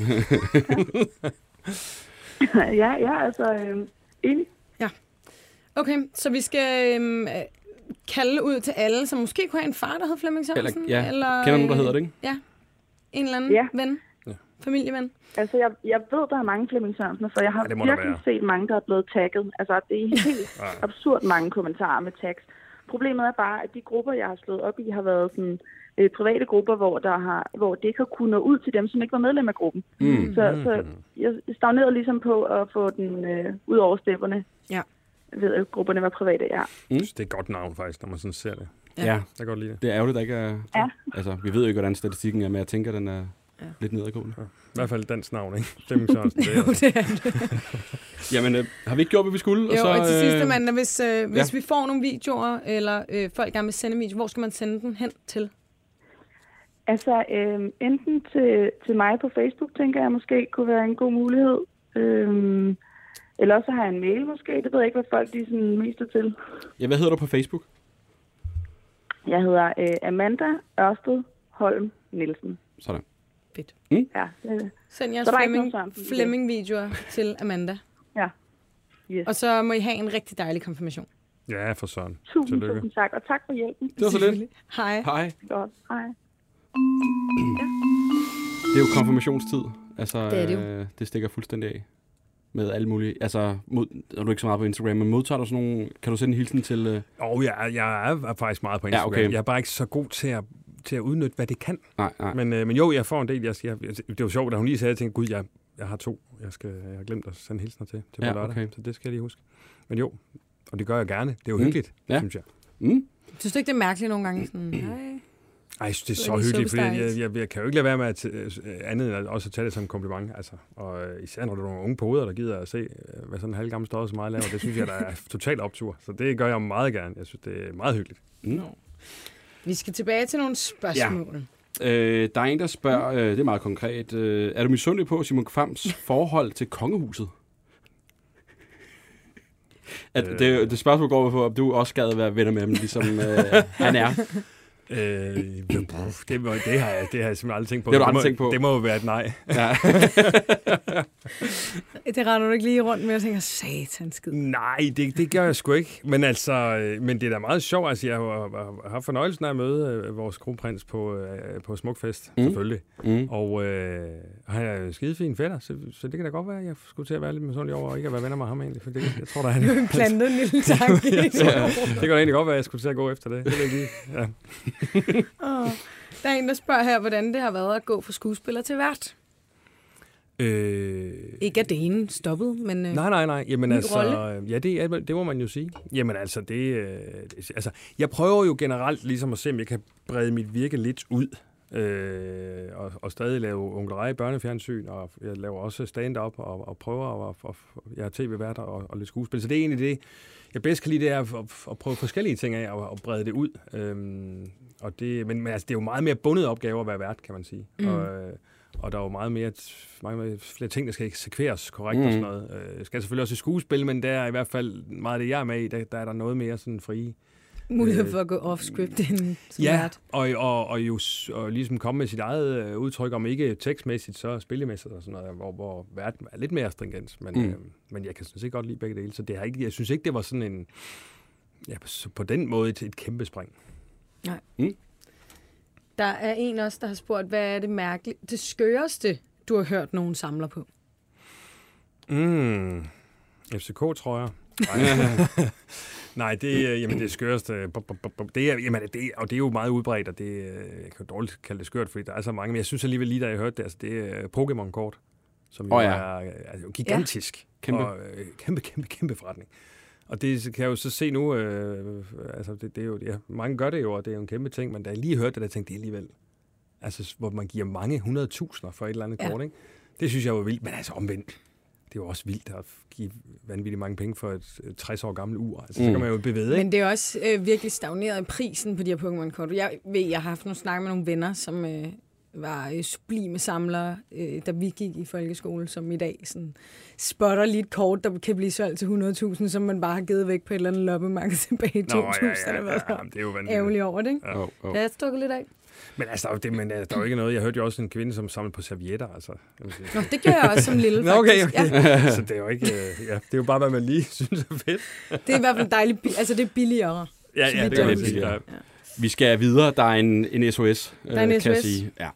Enig. Ja. Okay, så vi skal kalde ud til alle, som måske kunne have en far, der hed Flemming Sørensen. Eller kender nogen, der hedder det, ikke? Ja, en eller anden ven. Ja. Familieven. Altså, jeg ved, der er mange Flemming Sørensen, for jeg har virkelig set mange, der er blevet tagget. Altså, det er helt absurd mange kommentarer med tags. Problemet er bare, at de grupper, jeg har slået op i, har været sådan private grupper, hvor det ikke har kunnet nå ud til dem, som ikke var medlem af gruppen. Så jeg stagnerede ligesom på at få den ud over stepperne. Ja. Ved at grupperne var private, Det er et godt navn faktisk, når man sådan ser det. Ja. Jeg kan godt lide det. Det er ærgerligt, der ikke er... Ja. Altså, vi ved jo ikke, hvordan statistikken er, men jeg tænker, den er lidt nedadgående. Ja. I hvert fald dansk navn, ikke? Flemming Sørensen. Jo, det er det. Jamen, har vi ikke gjort, hvad vi skulle? Jo, og til sidste mandag, hvis vi får nogle videoer, eller folk gerne vil sende video, hvor skal man sende den hen til? Altså, enten til mig på Facebook, tænker jeg måske, kunne være en god mulighed. Eller også har jeg en mail måske. Det ved jeg ikke, hvad folk de sådan mest er til. Ja, hvad hedder du på Facebook? Jeg hedder Amanda Ørsted Holm Nielsen. Sådan. Fedt. Ja, send jeres Flemming-videoer til Amanda. Ja. Yes. Og så må I have en rigtig dejlig konfirmation. Ja, for sådan. Tusind tak, og tak for hjælpen. Det var så lidt. Hej. Hej. Godt. Hej. Det er jo konfirmationstid. Altså, det er det jo. Det stikker fuldstændig af. Med alle mulige, altså, er du ikke så meget på Instagram, men modtager du sådan nogle, kan du sende en hilsen til... Jeg er faktisk meget på Instagram. Ja, okay. Jeg er bare ikke så god til at udnytte, hvad det kan. Nej. Men jo, jeg får en del. Det var sjovt, da hun lige sagde, jeg tænkte, gud, jeg har 2. Jeg har glemt at sende hilsner til på lørdag, okay. Så det skal jeg lige huske. Men jo, og det gør jeg gerne. Det er jo hyggeligt, synes jeg. Synes du ikke, det er mærkeligt nogle gange? Sådan, Ej, det er så hyggeligt, fordi jeg kan jo ikke lade være med at andet end også at tage det som en kompliment. Altså. Og især når der er nogle unge poder, der gider at se, hvad sådan en halvgammel stød så meget laver, det synes jeg, der er totalt optur. Så det gør jeg meget gerne. Jeg synes, det er meget hyggeligt. Vi skal tilbage til nogle spørgsmål. Ja. Der er en, der spørger, det er meget konkret, er du misundelig på Simon Kvams forhold til kongehuset? Det spørgsmål går på, om du også gad være venner med ham, ligesom han er. Det har jeg simpelthen aldrig tænkt på. Det har du aldrig tænkt på? Det må jo være et nej. Ja. Det render du ikke lige rundt med og tænker, satan skid. Nej, det gør jeg sgu ikke. Men det er da meget sjovt. Altså, jeg har haft fornøjelsen af at møde vores kronprins på Smukfest, selvfølgelig. Og han er jo skidefin fætter, så det kan da godt være, at jeg skulle til at være lidt misundelig over, og ikke at være venner med ham egentlig. For det, jeg tror, der er en plantet en lille tanke. Det kan da egentlig godt være, at jeg skulle til at gå efter det. Det vil jeg lige. Ja. Der er en, der spørger her, hvordan det har været at gå fra skuespiller til vært. Ikke at det ene stoppede, men nej. Jamen altså, ja, det må man jo sige. Jamen altså, jeg prøver jo generelt ligesom at se, om jeg kan brede mit virke lidt ud. Og stadig lave onklerej i børnefjernsyn, og jeg laver også stand-up og prøver at jeg har tv-værter og lidt skuespil. Så det er egentlig det, jeg bedst kan lide, det er at prøve forskellige ting af og brede det ud. Men altså, det er jo meget mere bundet opgave at være vært, kan man sige. Og der er jo meget flere ting, der skal eksekveres korrekt og sådan noget. Jeg skal selvfølgelig også i skuespil, men der er i hvert fald meget af det, jeg er med i, der er der noget mere sådan frie mulighed for at gå off-script end som vært. Og ligesom komme med sit eget udtryk, om ikke tekstmæssigt, så spillemæssigt og sådan noget, hvor verden er lidt mere stringent. Men jeg kan sådan set godt lide begge dele, så det har ikke, jeg synes ikke, det var sådan en, på den måde et kæmpe spring. Nej. Der er en også, der har spurgt, hvad er det skøreste, du har hørt nogen samler på? FCK, tror jeg. Nej, det er skøreste. Det er jo meget udbredt, og det, jeg kan jo dårligt kalde det skørt, fordi der er så mange. Men jeg synes alligevel lige, da jeg hørte det, altså det er Pokémon-kort, som jo er gigantisk. Kæmpe. Og kæmpe forretning. Og det kan jeg jo så se nu, altså det er jo, mange gør det jo, og det er jo en kæmpe ting, men da jeg lige hørte det, der tænkte jeg alligevel, altså hvor man giver mange 100.000 for et eller andet kort, ikke? Det synes jeg var vildt, men altså omvendt. Det er jo også vildt at give vanvittigt mange penge for et 60 år gammelt ur. Altså, så kan man jo bevæge, ikke? Men det er også virkelig stagneret i prisen på de her Pokémon-kort. Jeg har haft nogle snakke med nogle venner, som var sublime samlere, da vi gik i folkeskole, som i dag sådan, spotter lige et kort, der kan blive solgt til 100.000, som man bare har givet væk på et eller andet loppemarked tilbage i 2000. Det er jo vanvittigt. Ærgerligt over det, ikke? Ja. Det er stukket lidt af. Men altså, der er jo ikke noget. Jeg hørte jo også en kvinde, som samlede på servietter. Altså, Nå, det gør jeg også som lille, faktisk. Okay. Ja. Så det er jo ikke... det er jo bare, hvad man lige synes er fedt. Det er i hvert fald dejligt. Altså, det er billigere. Ja, det er lidt billigere. Ja. Vi skal videre. Der er en SOS, der er en SOS. kan jeg sige. Ja.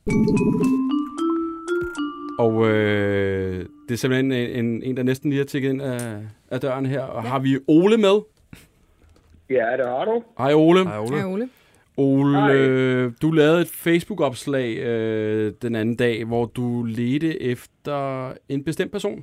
Og det er simpelthen en, der næsten lige har tækket ind af døren her. Og har vi Ole med? Ja, det har du. Hej Ole. Hej Ole. Ole, du lavede et Facebook-opslag den anden dag, hvor du ledte efter en bestemt person.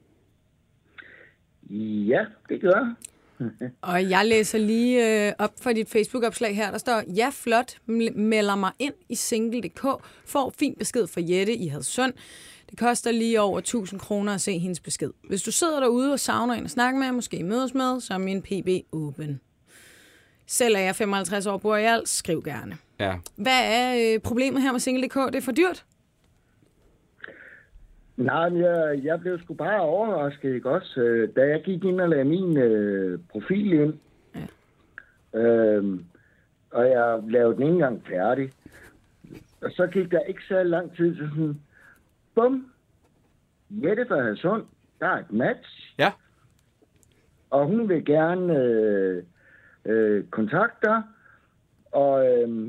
Ja, det gør jeg. Og jeg læser lige op for dit Facebook-opslag her. Der står, ja flot, melder mig ind i single.dk, får fin besked fra Jette i Hadsund. Det koster lige over 1.000 kroner at se hendes besked. Hvis du sidder derude og savner en at snakke med, måske mødes med, så er min PB åben. Selv er jeg 55 år, bor i Als, skriv gerne. Ja. Hvad er problemet her med single.dk? Det er for dyrt? Nej, men jeg blev sgu bare overrasket, ikke også? Da jeg gik ind og lagde min profil ind, og jeg lavede den ikke engang færdig, og så gik der ikke så lang tid til sådan, bum, Jette fra Hadsund, der er et match. Ja. Og hun vil gerne kontakte dig, og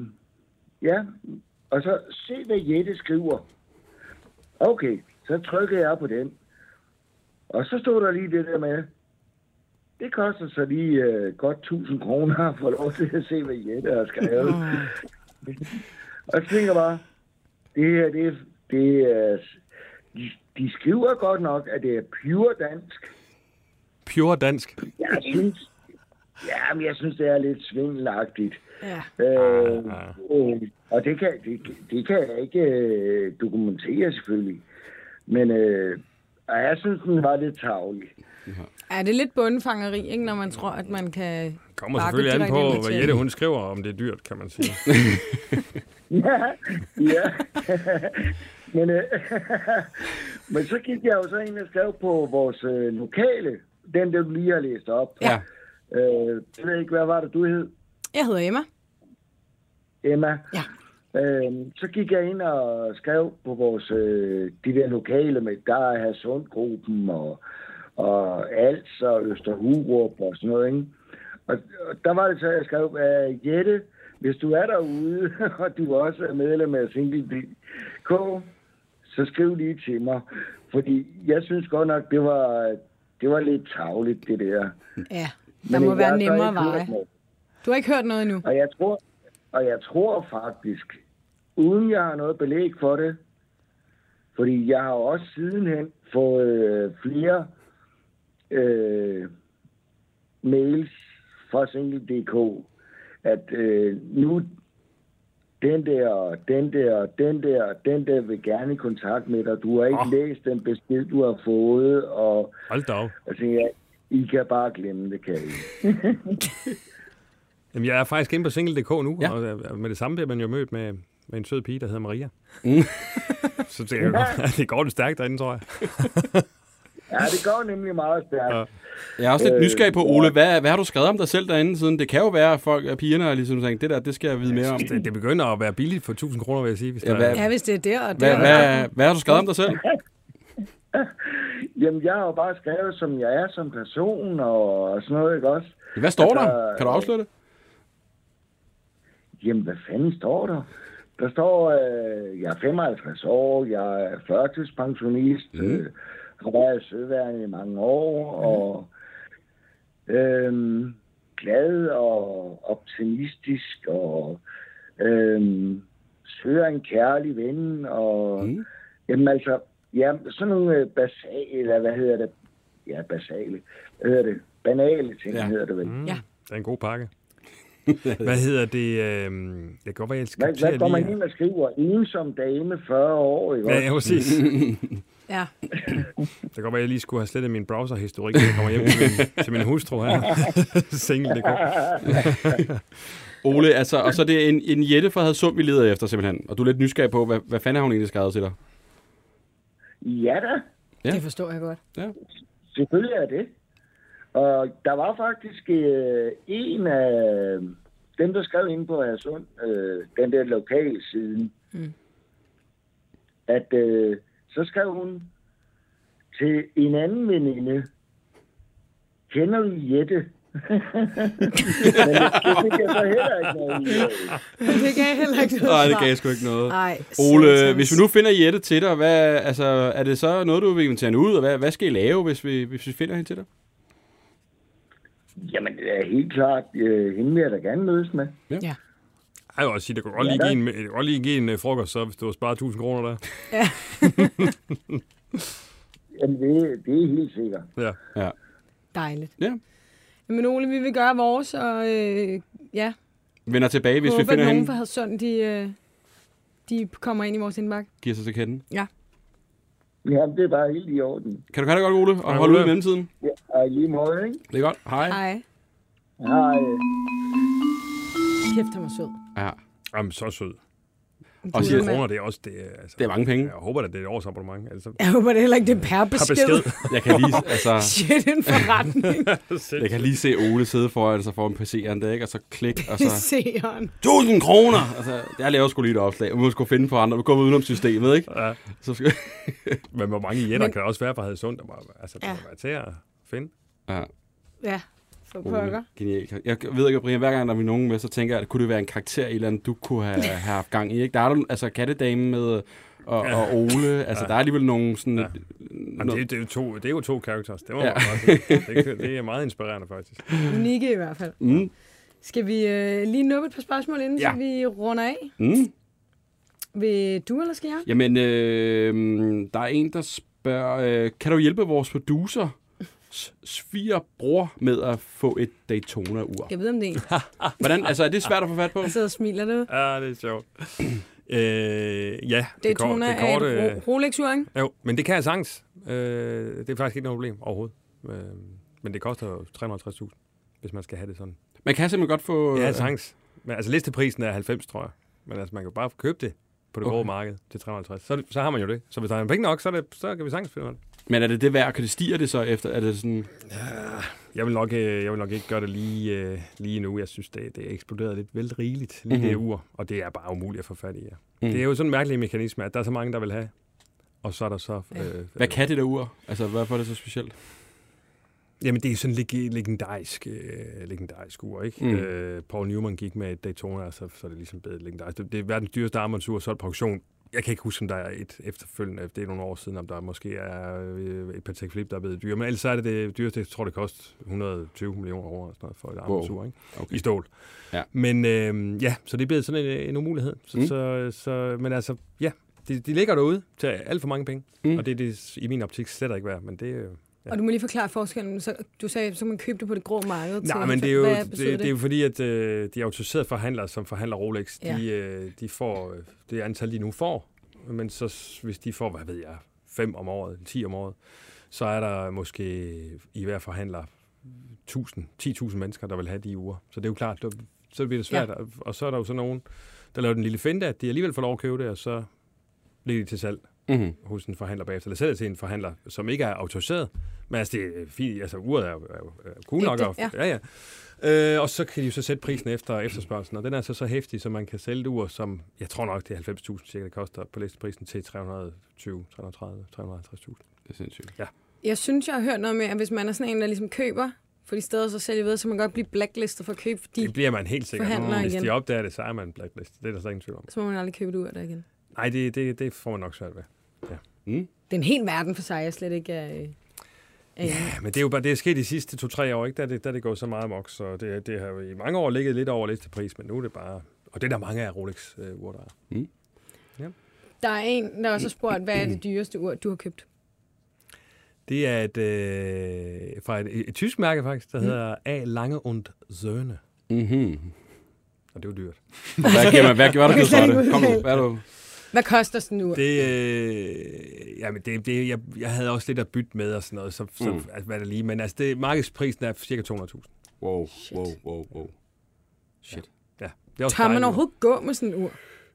og så se, hvad Jette skriver. Okay, så trykker jeg på den. Og så stod der lige det der med, det koster så lige godt 1.000 kroner for lov til at se, hvad Jette har skrevet. Og så tænker jeg bare, det her, det er de skriver godt nok, at det er pure dansk. Pure dansk? Jeg synes, det er lidt svindelagtigt. Ja. Og det kan jeg ikke dokumentere selvfølgelig. Men jeg synes, den var lidt tarvelig. Ja, det er lidt bundfangeri, ikke, når man tror, at man kan... Kommer selvfølgelig an på, hvad Jette hun skriver, om det er dyrt, kan man sige. ja. Men så gik jeg jo så ind og skrev på vores lokale, den der du lige har læst op. Ja. Jeg ved ikke, hvad var det, du hed? Jeg hedder Emma. Emma? Ja. Så gik jeg ind og skrev på vores, de der lokale med, der er Hadsund-gruppen og Als og Østerhurup og sådan noget, ikke? Og der var det så, jeg skrev, Jette, hvis du er derude, og du også er medlem af single.dk, så skriv lige til mig. Fordi jeg synes godt nok, det var lidt tarveligt, det der. Ja, der må være nemmere veje. Du har ikke hørt noget endnu? Og jeg tror faktisk, uden jeg har noget belæg for det, fordi jeg har også sidenhen fået flere mails fra single.dk, at nu den der vil gerne i kontakt med dig. Du har ikke læst den besked, du har fået. Og, hold da op. Altså, I kan bare glemme det, kan I. Jamen, jeg er faktisk inde på single.dk nu, og med det samme bliver man jo mødt med en sød pige, der hedder Maria. Så det går det stærkt derinde, tror jeg. Ja, det går nemlig meget stærkt. Ja. Jeg er også lidt nysgerrig på, Ole, hvad har du skrevet om dig selv derinde siden? Det kan jo være, at pigerne har ligesom sagt, det skal jeg vide mere om. Det begynder at være billigt for 1.000 kroner, vil jeg sige. Hvis hvis det er der og der. Hvad har du skrevet om dig selv? Jamen, jeg har jo bare skrevet, som jeg er som person og sådan noget, ikke også? Hvad står der? Kan du afsløre det? Jamen, hvad fanden står der? Der står, jeg er 55 år, jeg er førtidspensionist, har været søværende i mange år, og glad og optimistisk, og søger en kærlig ven, og jamen altså, ja, sådan nogle basale, hvad hedder det? Ja, basale. Hvad hedder det? Banale ting, hedder det vel. Ja. Det er en god pakke. Hvad hedder det? Det kan godt være, jeg skal hvad går man ind og skriver? Ensom dame, 40 år, ikke? Ja, præcis. Ja. Det kan godt være, jeg lige skulle have slettet min browserhistorik, når jeg kommer hjem til min hustru her. Single.dk. Ole, altså, og så er det en Jette fra Hadsund, vi leder efter simpelthen. Og du er lidt nysgerrig på, hvad fanden har hun egentlig skrevet til dig? Ja da. Ja. Det forstår jeg godt. Ja. Selvfølgelig er det. Og der var faktisk en af dem, der skrev inde på Hadsund, den der lokale siden, at så skrev hun til en anden veninde, kender du Jette? Men det fik jeg så heller ikke noget i. Det gav heller ikke noget. Nej, det gav sgu ikke noget. Ej, Ole, hvis vi nu finder Jette til dig, er det så noget, du vil invitere hende ud, og hvad skal I lave, hvis vi finder hende til dig? Jamen, det er helt klart. Hende vil jeg da gerne mødes med. Ja. Jeg vil også sige, det kan godt lige give en frokost, så hvis du har sparet 1.000 kroner der. Ja. Jamen, det er helt sikkert. Ja. Dejligt. Ja. Men Ole, vi vil gøre vores, og ja. Vender tilbage, hvis vi finder hende. Nogen fra Hadsund, de kommer ind i vores indbakke. Giver sig til kende. Ja. Jamen, det er bare helt i orden. Kan du have det godt, Ole? Og holde ud i mellemtiden? Ja, og lige måde, ikke? Det er godt. Hej. Hej. Hej. Kæft, han var sød. Ja. Jamen, så sød. Og 10 kroner, det er også... Det er mange penge. Jeg håber, at det er et årsabonnement. Altså. Jeg håber, det er heller ikke det per besked. Jeg kan lige... Altså, shit, en forretning. Jeg kan lige se Ole sidde foran PC'eren der, ikke? Og så klik, og så... PC'eren. 1.000 kroner! Altså, jeg laver sgu lige et opslag. Vi må sgu finde på andre. Vi kommer udenom systemet, ikke? Ja. Så skal... Men hvor mange jætter kan der også være fra Hadsund? Altså, det må være til at finde. Ja. Ja. Genialt. Jeg ved ikke, Brian, hver gang der er nogen med, så tænker jeg, at kunne det være en karakter i eller andet, du kunne have haft gang i, ikke? Der er der, altså Kattedame med og Ole, altså der er alligevel nogle sådan... Ja. Det er jo to characters, det må man det er meget inspirerende faktisk. Unikke i hvert fald. Skal vi lige nuppe et par spørgsmål inden, så vi runder af? Vil du, eller skal jeg? Jamen, der er en, der spørger, kan du hjælpe vores producer svigerbror med at få et Daytona-ur? Jeg ved om det er. Hvordan? Altså, er det svært at få fat på? Jeg sidder og smiler det. Ja, det er sjovt. Ja. Daytona er et Rolex-ur, ikke? Jo, men det kan jeg sagtens. Det er faktisk ikke noget problem overhovedet. Men det koster jo 350.000, hvis man skal have det sådan. Man kan simpelthen godt få... Ja, sagtens. Men altså, listeprisen er 90, tror jeg. Men altså, man kan jo bare købe det på det grove marked til 350. Så har man jo det. Så hvis der er penge nok, så kan vi sagtens finde det. Men er det værd? Kan det stige det så efter? Er det sådan... Ja, jeg vil nok ikke gøre det lige nu. Jeg synes, det er eksploderet lidt vel rigeligt, lige det ur. Og det er bare umuligt at få fat i. Ja. Det er jo sådan en mærkelig mekanisme, at der er så mange, der vil have. Og så er der så... Hvad kan det der ur? Altså, hvorfor er det så specielt? Jamen, det er sådan legendarisk ur, ikke? Paul Newman gik med et Daytona, så er det ligesom blevet legendarisk. Det er verdens dyreste armbåndsur, solgt på auktion. Jeg kan ikke huske, om der er et efterfølgende, det er nogle år siden, om der måske er et Patek Philippe, der er blevet dyr. Men ellers er det dyreste, jeg tror, det koster 120 millioner over for et armbåndsur, ikke? Okay. I stål. Ja. Men så det er blevet sådan en umulighed. Men altså, ja, de ligger derude til alt for mange penge. Og det er i min optik slet ikke værd, men det Ja. Og du må lige forklare forskellen. Så du sagde, så man købte det på det grå marked. Nej, men det er jo fordi, at de autoriserede forhandlere, som forhandler Rolex, de får det antal, de nu får. Men så hvis de får, 5 om året, 10 om året, så er der måske i hver forhandler 10.000 mennesker, der vil have de uger. Så det er jo klart, så bliver det svært. Ja. Og så er der jo så nogen, der laver den lille finte, at de alligevel får lov at købe det, og så bliver de til salg. Hos en forhandler bagefter, eller selv til en forhandler, som ikke er autoriseret. Men altså, det er fint, altså uret er cool nok. Og så kan de jo så sætte prisen efter efterspørgselen, og den er så hæftig, så man kan sælge det ur, som jeg tror nok, det er 90.000 cirka, det koster på listeprisen til 320, 330, 350.000. Det er sindssygt. Ja. Jeg synes, jeg har hørt noget med, at hvis man er sådan en, der ligesom køber få de steder så sælge videre, så man kan godt blive blacklistet for at købe, fordi det bliver man helt sikkert. Hvis de opdager det, så er man blacklistet. Det er der slet ingen tvivl om. Så må man aldrig købe det ud af det igen. Nej, det får man nok svært ved. Ja. Det er en hel verden for sig, jeg slet ikke er... Ja, men det er jo bare det er sket de sidste 2-3 år, ikke? Da det går så meget amok, så det har jo i mange år ligget lidt over listepris, men nu er det bare... Og det er der mange af Rolex-ur, der er. Ja. Der er en, der også har spurgt, hvad er det dyreste ur, du har købt? Det er fra et tysk mærke, faktisk, der hedder A. Lange und Söhne. Mhm. Og det er jo dyrt. Hvad gjorde du for det? Kom nu, hvad er du... Hvad koster sådan nu? Jeg havde også lidt at bytte med og sådan noget, så hvad der lige. Men altså, markedsprisen er cirka 200.000. Wow. Shit. Ja. Det er tør man overhovedet gå med sådan en ur?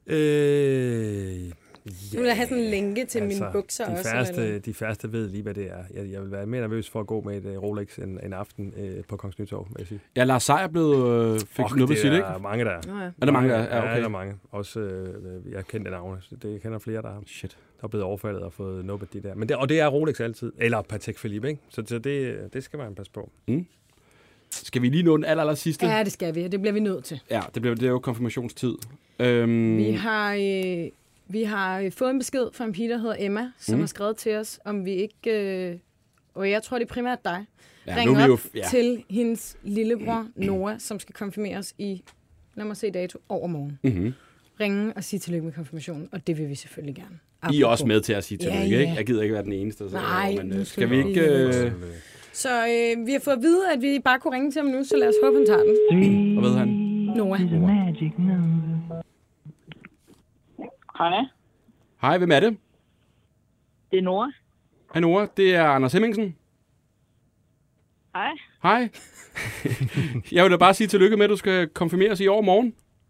Ja, nu vil jeg have sådan en lænke til mine bukser også. De færreste ved lige, hvad det er. Jeg vil være mere nervøs for at gå med et Rolex en aften på Kongens Nytorv, vil jeg sige. Ja, Lars Seier fik noget at sige, ikke? Det er mange, der er. Ja. Er der mange, der er? Ja, okay. Ja, der er mange. Også, jeg kender navne. Jeg kender flere, der er blevet overfaldet og fået nubbet de der. Men det er Rolex altid. Eller Patek Philippe, ikke? Så det skal man passe på. Skal vi lige nå den aller sidste? Ja, det skal vi. Det bliver vi nødt til. Ja, det er jo konfirmationstid. Vi har fået en besked fra en pige, der hedder Emma, som har skrevet til os, om vi ikke, og jeg tror, det er primært dig, ringer op til hendes lillebror, Noah, som skal konfirmeres i, lad mig se dato, overmorgen. Ringe og sige tillykke med konfirmationen, og det vil vi selvfølgelig gerne. I er også med til at sige tillykke, ikke? Jeg gider ikke være den eneste. Men skal vi ikke... Så vi har fået at vide, at vi bare kunne ringe til ham nu, så lad os håbe, han tager den. Hvad ved han? Noah. Hej. Hej, hvem er det? Det er Nora. Hej Nora, det er Anders Hemmingsen. Hej. Hej. Jeg vil da bare sige tillykke med, at du skal konfirmeres i overmorgen.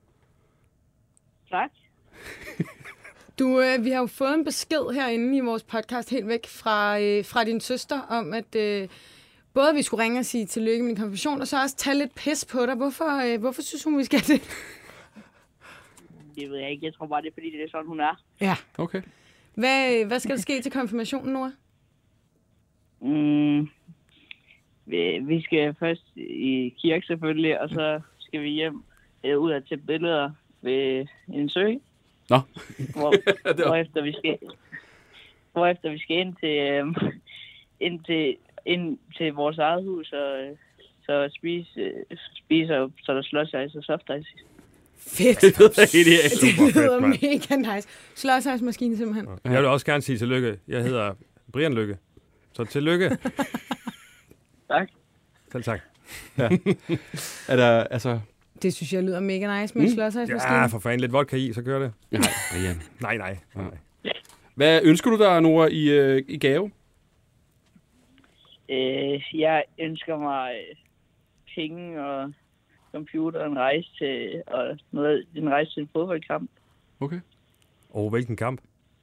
Tak. Vi har jo fået en besked herinde i vores podcast helt væk fra din søster om, at både vi skulle ringe og sige tillykke med din konfirmation, og så også tage lidt pis på dig. Hvorfor synes hun, vi skal det? Det ved jeg ikke. Jeg tror bare, det er fordi, det er sådan, hun er. Ja. Okay. Hvad skal der ske til konfirmationen, Nora? Vi skal først i kirke selvfølgelig, og så skal vi hjem ud og tage billeder ved en sø. Nå. Hvorefter vi skal ind til vores eget hus og så spiser så der slåsejs og softice. Fedt. Det lyder mega nice. Slåsejsmaskine simpelthen. Jeg vil også gerne sige tillykke. Jeg hedder Brian Lykke. Så tillykke. Tak. Selv tak. Ja. Er der, altså... Det synes jeg lyder mega nice med slåsejsmaskine. Ja, for fanden lidt vodka i, så kører det. Nej, Brian. Nej. Hvad ønsker du dig, Nora, i gave? Jeg ønsker mig penge og computer, en rejse til en fodboldkamp. Okay. Og hvilken kamp?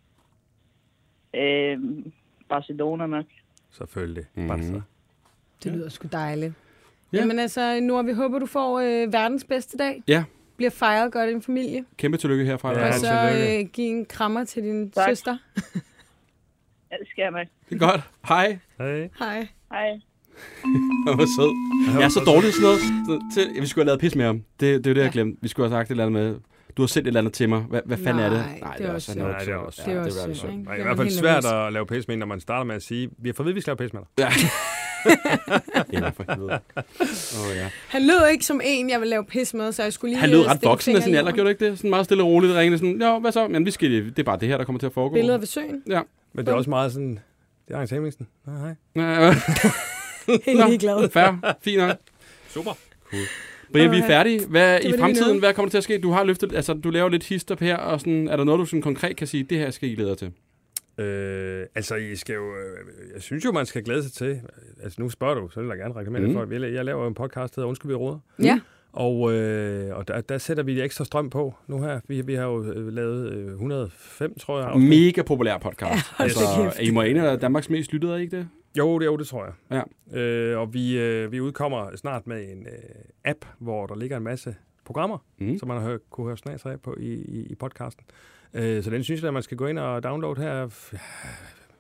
Barcelona nok. Selvfølgelig. Det lyder sgu dejligt. Ja. Jamen altså, Nora, vi håber, du får verdens bedste dag. Ja. Bliver fejret godt i en familie. Kæmpe tillykke herfra. Ja, og så giv en krammer til din søster. Ja, det skal jeg nok. Det er godt. Hej. Hej. Hvor sød. Jeg er så dårlig sådan noget. Vi skulle have lavet pis med ham. Det er jo det, jeg glemte. Vi skulle have sagt et eller andet med... Du har sendt et eller andet til mig. Hvad fanden er det? Nej, det er også synd. Det er også synd. Det er i hvert fald svært at lave pis med, når man starter med at sige, vi har fået at vi skal lave pis med dig. Ja. For helvede. Ja. Han lød ikke som en, jeg vil lave pis med, så jeg skulle lige... Han lød ret voksen af sin alder, gjorde du ikke det? Sådan meget stille og roligt ringende sådan, jo, hvad så? Jamen, det er bare det her, der kommer til at foregå. Billeder ved søen. Ja. Men det er også meget sådan... Det er Anders Hemmingsen. Hej. Helt ligeglad. Fair. Fint nok. Super. Cool. Brian, vi er færdige. Hvad i fremtiden, hvad kommer der til at ske? Du har løftet, altså du laver lidt histop her, og sådan, er der noget, du sådan konkret kan sige, det her skal I glæde jer til? Altså, I skal jo... jeg synes jo, man skal glæde sig til... Altså, nu spørger du, så vil jeg gerne reklamere det for. Jeg laver en podcast, der hedder Undskyld, vi råder. Ja. Og der sætter vi ekstra strøm på nu her. Vi har jo lavet 105, tror jeg. Mega populær podcast. Ja, altså, I må en af Danmarks mest lyttede, ikke det? Jo, det tror jeg. Ja. Og vi udkommer snart med en app, hvor der ligger en masse programmer, som man kunne høre snas af på i podcasten. Så den synes jeg, at man skal gå ind og downloade her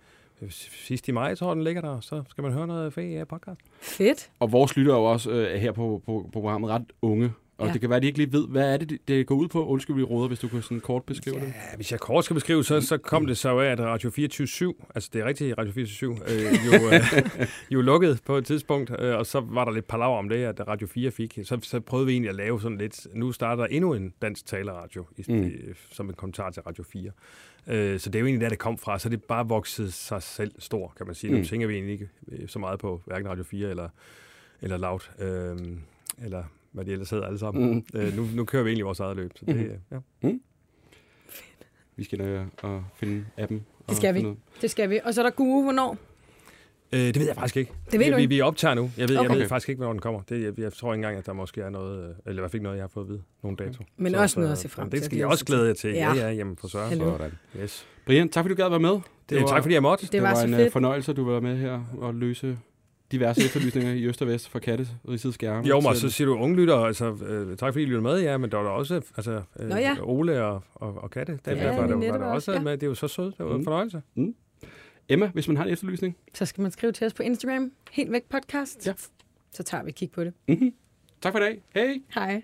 sidst i maj, tror jeg, den ligger der. Så skal man høre noget podcast. Fedt. Og vores lytter er jo også her på programmet ret unge. Og det kan være, at de ikke lige ved, hvad er det går ud på? Undskyld, vi råder, hvis du kan sådan kort beskrive det. Ja, hvis jeg kort skal beskrive, så kom det så af, at Radio 24/7, altså det er rigtigt Radio 24/7, jo lukket på et tidspunkt, og så var der lidt palaver om det, at Radio 4 fik. Så prøvede vi egentlig at lave sådan lidt, nu starter endnu en dansk taleradio, som en kommentar til Radio 4. Så det er jo egentlig der, det kom fra, så det bare vokset sig selv stor, kan man sige. Nu tænker vi egentlig ikke så meget på hverken Radio 4 eller Loud, eller hvad de ellers hedder alle sammen. Nu kører vi egentlig vores eget løb. Så det, Fedt. Vi skal og finde appen. Det skal vi. Og så er der Guru, hvornår? Det ved jeg faktisk ikke. Det ved du ikke? Vi optager nu. Jeg ved faktisk ikke, hvornår den kommer. Jeg tror ikke engang, at der måske er noget, eller i hvert fald ikke noget, jeg har fået at vide. Nogen dato. Men også noget at se frem til. Det skal jeg også glæde jer til. Ja, jamen for Søren. Yes. Brian, tak fordi du gad være med. Tak fordi jeg måtte. Det var en fornøjelse, at du var med her og løse diverse efterlysninger i øst og vest for katteridset skærme. Jo, men så siger du unge lytter, altså tak fordi I lytter med, ja, men der var der også Ole og Katte. Der var der også med, det er jo så sødt, det var en fornøjelse. Emma, hvis man har en efterlysning? Så skal man skrive til os på Instagram, Helt Væk Podcast. Ja. Så tager vi et kig på det. Tak for i dag. Hej. Hej.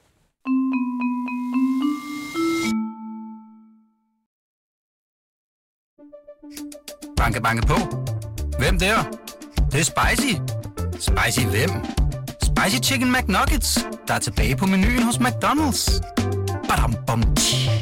Banke, banke på. Hvem der? Det er spicy. Spicy hvem? Spicy Chicken McNuggets, der er tilbage på menuen hos McDonald's. Badum, bom, tji.